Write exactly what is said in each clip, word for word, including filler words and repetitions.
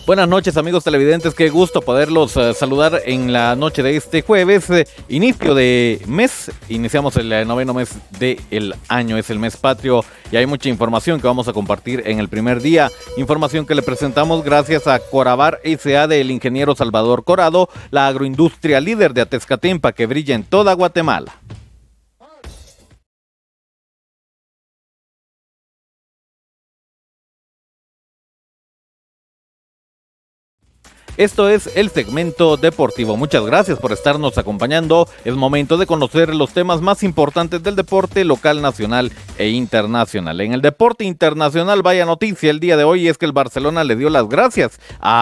Buenas noches, amigos televidentes, qué gusto poderlos uh, saludar en la noche de este jueves, eh, inicio de mes, iniciamos el eh, noveno mes del año, es el mes patrio y hay mucha información que vamos a compartir en el primer día, información que le presentamos gracias a Corabar S A del ingeniero Salvador Corado, la agroindustria líder de Atezcatempa que brilla en toda Guatemala. Esto es el segmento deportivo. Muchas gracias por estarnos acompañando. Es momento de conocer los temas más importantes del deporte local, nacional e internacional. En el deporte internacional, vaya noticia el día de hoy, es que el Barcelona le dio las gracias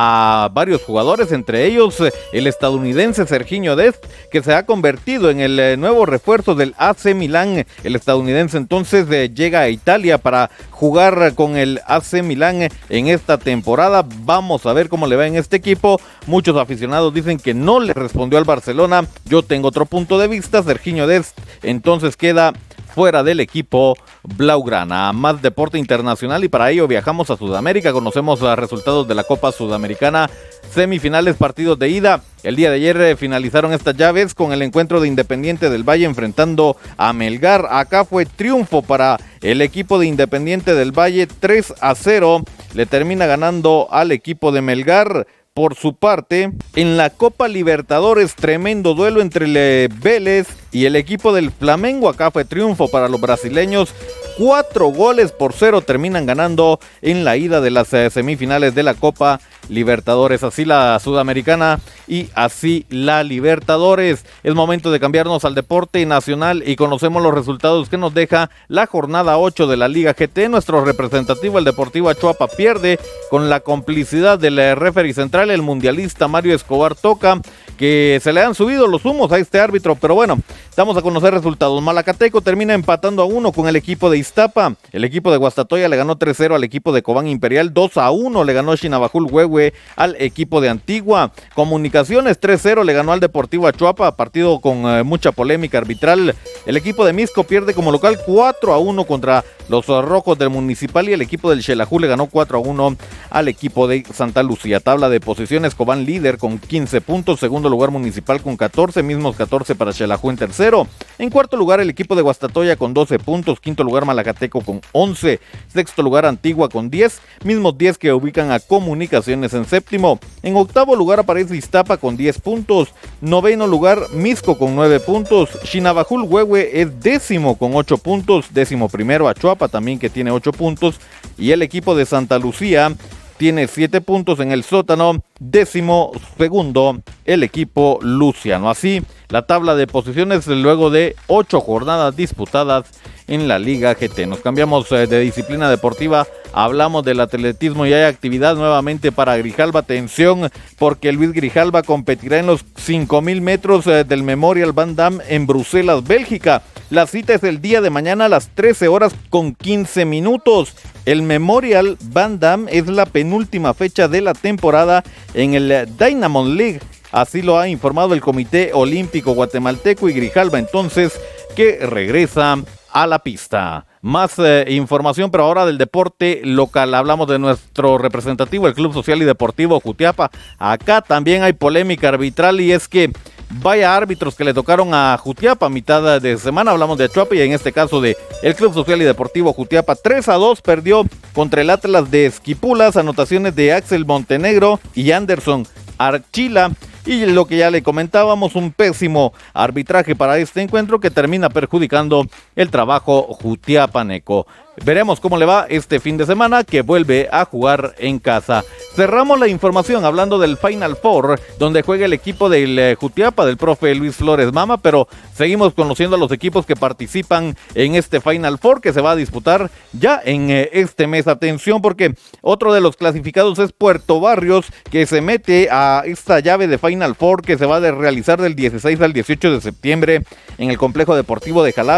a varios jugadores, entre ellos el estadounidense Sergiño Dest, que se ha convertido en el nuevo refuerzo del A C Milán. El estadounidense entonces eh, llega a Italia para jugar con el A C Milán en esta temporada. Vamos a ver cómo le va en este equipo. Muchos aficionados dicen que no le respondió al Barcelona. Yo tengo otro punto de vista. Sergiño Dest entonces queda fuera del equipo blaugrana. Más deporte internacional y para ello viajamos a Sudamérica. Conocemos los resultados de la Copa Sudamericana, semifinales, partidos de ida. El día de ayer eh, finalizaron estas llaves con el encuentro de Independiente del Valle enfrentando a Melgar. Acá fue triunfo para el equipo de Independiente del Valle, tres a cero. Le termina ganando al equipo de Melgar. Por su parte, en la Copa Libertadores, tremendo duelo entre el Vélez y el equipo del Flamengo. Acá fue triunfo para los brasileños. Cuatro goles por cero terminan ganando en la ida de las eh, semifinales de la Copa Libertadores. Así la Sudamericana y así la Libertadores. Es momento de cambiarnos al deporte nacional y conocemos los resultados que nos deja la jornada ocho de la Liga G T. Nuestro representativo, el Deportivo Achuapa, pierde con la complicidad del eh, referee central, el mundialista Mario Escobar Toca, que se le han subido los humos a este árbitro, pero bueno, vamos a conocer resultados. Malacateco termina empatando a uno con el equipo de Iztapa. El equipo de Guastatoya le ganó tres cero al equipo de Cobán Imperial. dos a uno le ganó Chinabajul Huehue al equipo de Antigua. Comunicaciones tres cero le ganó al Deportivo Achuapa, partido con eh, mucha polémica arbitral. El equipo de Misco pierde como local cuatro a uno contra los Rojos del Municipal y el equipo del Xelajú le ganó cuatro a uno al equipo de Santa Lucía. Tabla de posiciones, Cobán líder con quince puntos, segundo lugar Municipal con catorce, mismos catorce para Xelajú en tercero. En cuarto lugar el equipo de Guastatoya con doce puntos, quinto lugar Malacateco con once, sexto lugar Antigua con diez, mismos diez que ubican a Comunicaciones en séptimo. En octavo lugar aparece Iztapa con diez puntos, noveno lugar Misco con nueve puntos, Chinabajul Huehue es décimo con ocho puntos, décimo primero Achuapa también que tiene ocho puntos y el equipo de Santa Lucía tiene siete puntos en el sótano, décimo segundo el equipo luciano. Así la tabla de posiciones luego de ocho jornadas disputadas en la Liga G T. Nos cambiamos eh, de disciplina deportiva, hablamos del atletismo y hay actividad nuevamente para Grijalba. Atención, porque Luis Grijalba competirá en los cinco mil metros eh, del Memorial Van Damme en Bruselas, Bélgica. La cita es el día de mañana a las trece horas con quince minutos. El Memorial Van Damme es la penúltima fecha de la temporada en el Dynamon League. Así lo ha informado el Comité Olímpico Guatemalteco y Grijalba entonces que regresa a la pista. Más eh, información, pero ahora del deporte local. Hablamos de nuestro representativo, el Club Social y Deportivo Jutiapa. Acá también hay polémica arbitral y es que vaya árbitros que le tocaron a Jutiapa a mitad de semana. Hablamos de Achuapa y en este caso de el Club Social y Deportivo Jutiapa. tres a dos perdió contra el Atlas de Esquipulas. Anotaciones de Axel Montenegro y Anderson Archila. Y lo que ya le comentábamos, un pésimo arbitraje para este encuentro que termina perjudicando el trabajo jutiapaneco. Veremos cómo le va este fin de semana que vuelve a jugar en casa. Cerramos la información hablando del Final Four, donde juega el equipo del eh, Jutiapa, del profe Luis Flores Mama, pero seguimos conociendo a los equipos que participan en este Final Four que se va a disputar ya en eh, este mes. Atención, porque otro de los clasificados es Puerto Barrios, que se mete a esta llave de Final Four que se va a realizar del dieciséis al dieciocho de septiembre en el Complejo Deportivo de Jalapa.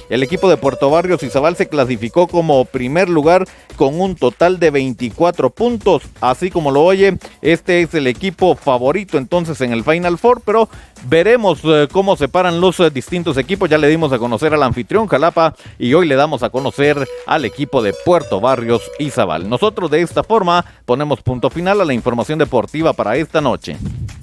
El equipo de Puerto Barrios Izabal se clasificó como primer lugar con un total de veinticuatro puntos. Así como lo oye, este es el equipo favorito entonces en el Final Four, pero veremos eh, cómo se paran los eh, distintos equipos. Ya le dimos a conocer al anfitrión Jalapa y hoy le damos a conocer al equipo de Puerto Barrios Izabal. Nosotros de esta forma ponemos punto final a la información deportiva para esta noche.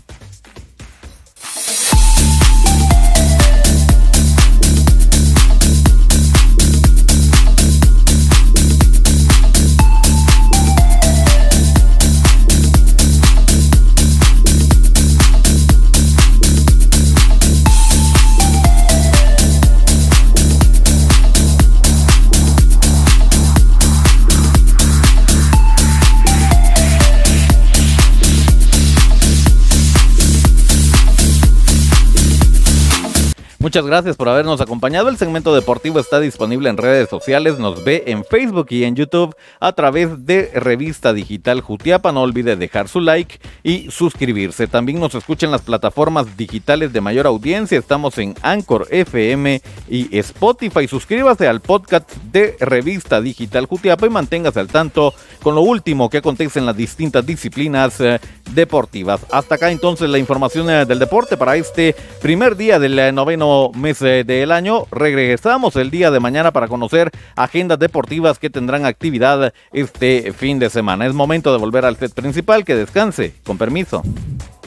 Muchas gracias por habernos acompañado. El segmento deportivo está disponible en redes sociales. Nos ve en Facebook y en YouTube a través de Revista Digital Jutiapa. No olvide dejar su like y suscribirse. También nos escucha en las plataformas digitales de mayor audiencia. Estamos en Anchor F M y Spotify. Suscríbase al podcast de Revista Digital Jutiapa y manténgase al tanto con lo último que acontece en las distintas disciplinas eh, deportivas. Hasta acá entonces la información eh, del deporte para este primer día del eh, noveno mes eh, del año. Regresamos el día de mañana para conocer agendas deportivas que tendrán actividad este fin de semana. Es momento de volver al set principal. Que descanse. Con permiso.